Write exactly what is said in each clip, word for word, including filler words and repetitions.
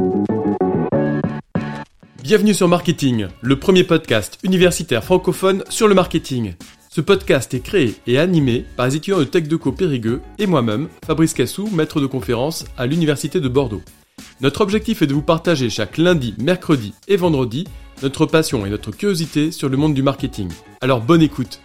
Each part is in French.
Bienvenue sur Marketing, le premier podcast universitaire francophone sur le marketing. Ce podcast est créé et animé par les étudiants de TechDeco Périgueux et moi-même, Fabrice Cassou, maître de conférence à l'Université de Bordeaux. Notre objectif est de vous partager chaque lundi, mercredi et vendredi notre passion et notre curiosité sur le monde du marketing. Alors bonne écoute.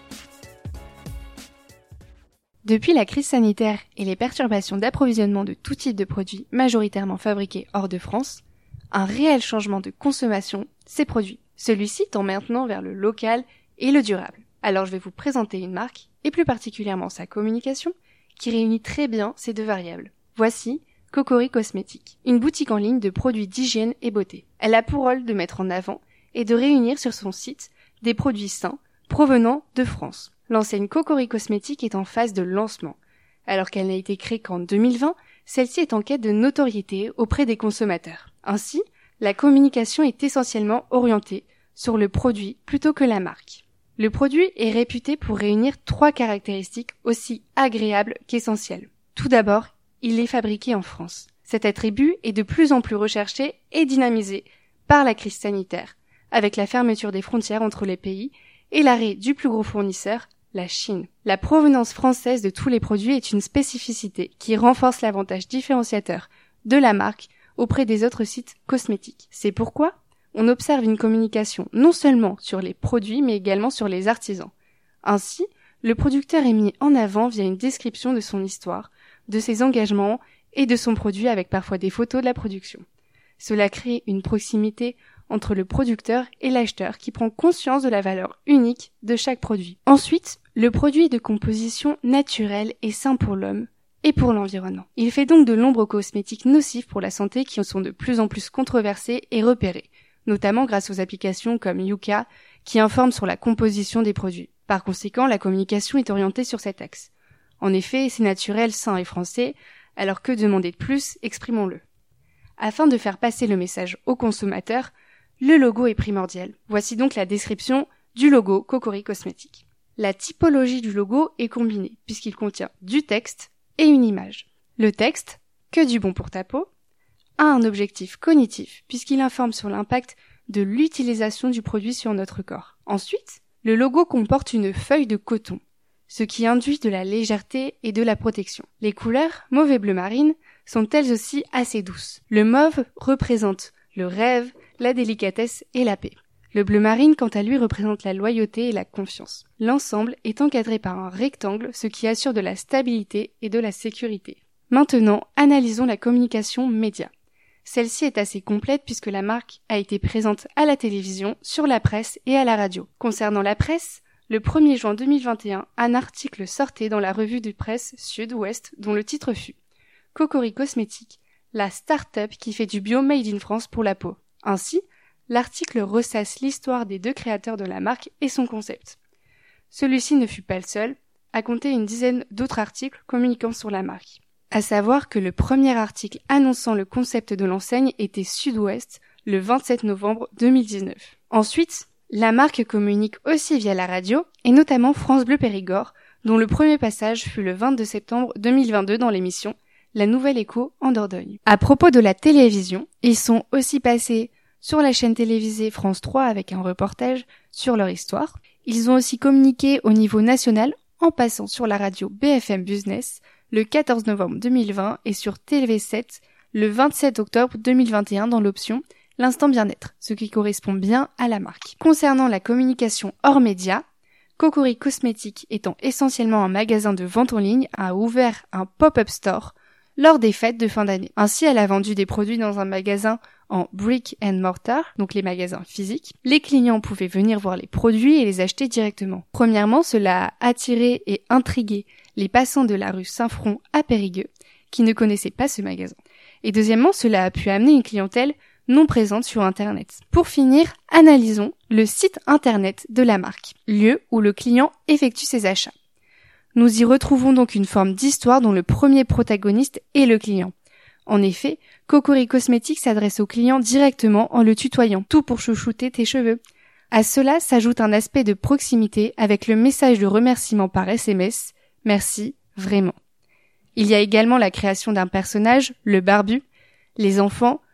Depuis la crise sanitaire et les perturbations d'approvisionnement de tout type de produits majoritairement fabriqués hors de France, un réel changement de consommation s'est produit. Celui-ci tend maintenant vers le local et le durable. Alors je vais vous présenter une marque, et plus particulièrement sa communication, qui réunit très bien ces deux variables. Voici Cocori Cosmétiques, une boutique en ligne de produits d'hygiène et beauté. Elle a pour rôle de mettre en avant et de réunir sur son site des produits sains provenant de France. L'enseigne Cocori Cosmétiques est en phase de lancement. Alors qu'elle n'a été créée qu'en deux mille vingt, celle-ci est en quête de notoriété auprès des consommateurs. Ainsi, la communication est essentiellement orientée sur le produit plutôt que la marque. Le produit est réputé pour réunir trois caractéristiques aussi agréables qu'essentielles. Tout d'abord, il est fabriqué en France. Cet attribut est de plus en plus recherché et dynamisé par la crise sanitaire, avec la fermeture des frontières entre les pays et l'arrêt du plus gros fournisseur, la Chine. La provenance française de tous les produits est une spécificité qui renforce l'avantage différenciateur de la marque auprès des autres sites cosmétiques. C'est pourquoi on observe une communication non seulement sur les produits mais également sur les artisans. Ainsi, le producteur est mis en avant via une description de son histoire, de ses engagements et de son produit avec parfois des photos de la production. Cela crée une proximité entre le producteur et l'acheteur qui prend conscience de la valeur unique de chaque produit. Ensuite, le produit est de composition naturelle et sain pour l'homme et pour l'environnement. Il fait donc de l'ombre aux cosmétiques nocifs pour la santé qui sont de plus en plus controversés et repérés, notamment grâce aux applications comme Yuka qui informent sur la composition des produits. Par conséquent, la communication est orientée sur cet axe. En effet, c'est naturel, sain et français, alors que demander de plus, exprimons-le. Afin de faire passer le message aux consommateurs, le logo est primordial. Voici donc la description du logo Cocori Cosmétiques. La typologie du logo est combinée, puisqu'il contient du texte et une image. Le texte, que du bon pour ta peau, a un objectif cognitif, puisqu'il informe sur l'impact de l'utilisation du produit sur notre corps. Ensuite, le logo comporte une feuille de coton, ce qui induit de la légèreté et de la protection. Les couleurs, mauve et bleu marine, sont elles aussi assez douces. Le mauve représente le rêve, la délicatesse et la paix. Le bleu marine, quant à lui, représente la loyauté et la confiance. L'ensemble est encadré par un rectangle, ce qui assure de la stabilité et de la sécurité. Maintenant, analysons la communication média. Celle-ci est assez complète puisque la marque a été présente à la télévision, sur la presse et à la radio. Concernant la presse, le premier juin deux mille vingt et un, un article sortait dans la revue de presse Sud-Ouest dont le titre fut « Cocori Cosmétiques, la start-up qui fait du bio made in France pour la peau ». Ainsi, l'article ressasse l'histoire des deux créateurs de la marque et son concept. Celui-ci ne fut pas le seul, à compter une dizaine d'autres articles communiquant sur la marque. À savoir que le premier article annonçant le concept de l'enseigne était Sud-Ouest le vingt-sept novembre deux mille dix-neuf. Ensuite, la marque communique aussi via la radio, et notamment France Bleu Périgord, dont le premier passage fut le vingt-deux septembre deux mille vingt-deux dans l'émission La Nouvelle Écho en Dordogne. À propos de la télévision, ils sont aussi passés sur la chaîne télévisée France trois avec un reportage sur leur histoire. Ils ont aussi communiqué au niveau national en passant sur la radio B F M Business le quatorze novembre deux mille vingt et sur T V sept le vingt-sept octobre deux mille vingt et un dans l'option L'instant bien-être, ce qui correspond bien à la marque. Concernant la communication hors média, Cocori Cosmétiques étant essentiellement un magasin de vente en ligne, a ouvert un pop-up store lors des fêtes de fin d'année. Ainsi, elle a vendu des produits dans un magasin en brick and mortar, donc les magasins physiques. Les clients pouvaient venir voir les produits et les acheter directement. Premièrement, cela a attiré et intrigué les passants de la rue Saint-Front à Périgueux, qui ne connaissaient pas ce magasin. Et deuxièmement, cela a pu amener une clientèle non présente sur Internet. Pour finir, analysons le site Internet de la marque, lieu où le client effectue ses achats. Nous y retrouvons donc une forme d'histoire dont le premier protagoniste est le client. En effet, Cocori Cosmétiques s'adresse au client directement en le tutoyant, tout pour chouchouter tes cheveux. À cela s'ajoute un aspect de proximité avec le message de remerciement par S M S « Merci, vraiment ». Il y a également la création d'un personnage, le barbu, les enfants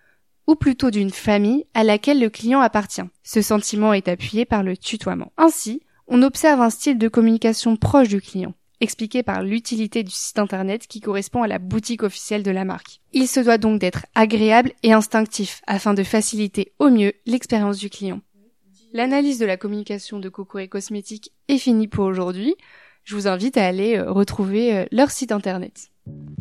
ou plutôt d'une famille à laquelle le client appartient. Ce sentiment est appuyé par le tutoiement. Ainsi, on observe un style de communication proche du client, expliqué par l'utilité du site internet qui correspond à la boutique officielle de la marque. Il se doit donc d'être agréable et instinctif afin de faciliter au mieux l'expérience du client. L'analyse de la communication de Kokore Cosmétiques est finie pour aujourd'hui. Je vous invite à aller euh, retrouver euh, leur site internet.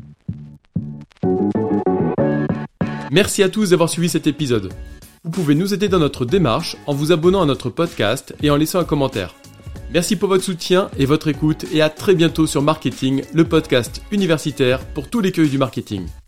Merci à tous d'avoir suivi cet épisode. Vous pouvez nous aider dans notre démarche en vous abonnant à notre podcast et en laissant un commentaire. Merci pour votre soutien et votre écoute et à très bientôt sur Marketing, le podcast universitaire pour tous les curieux du marketing.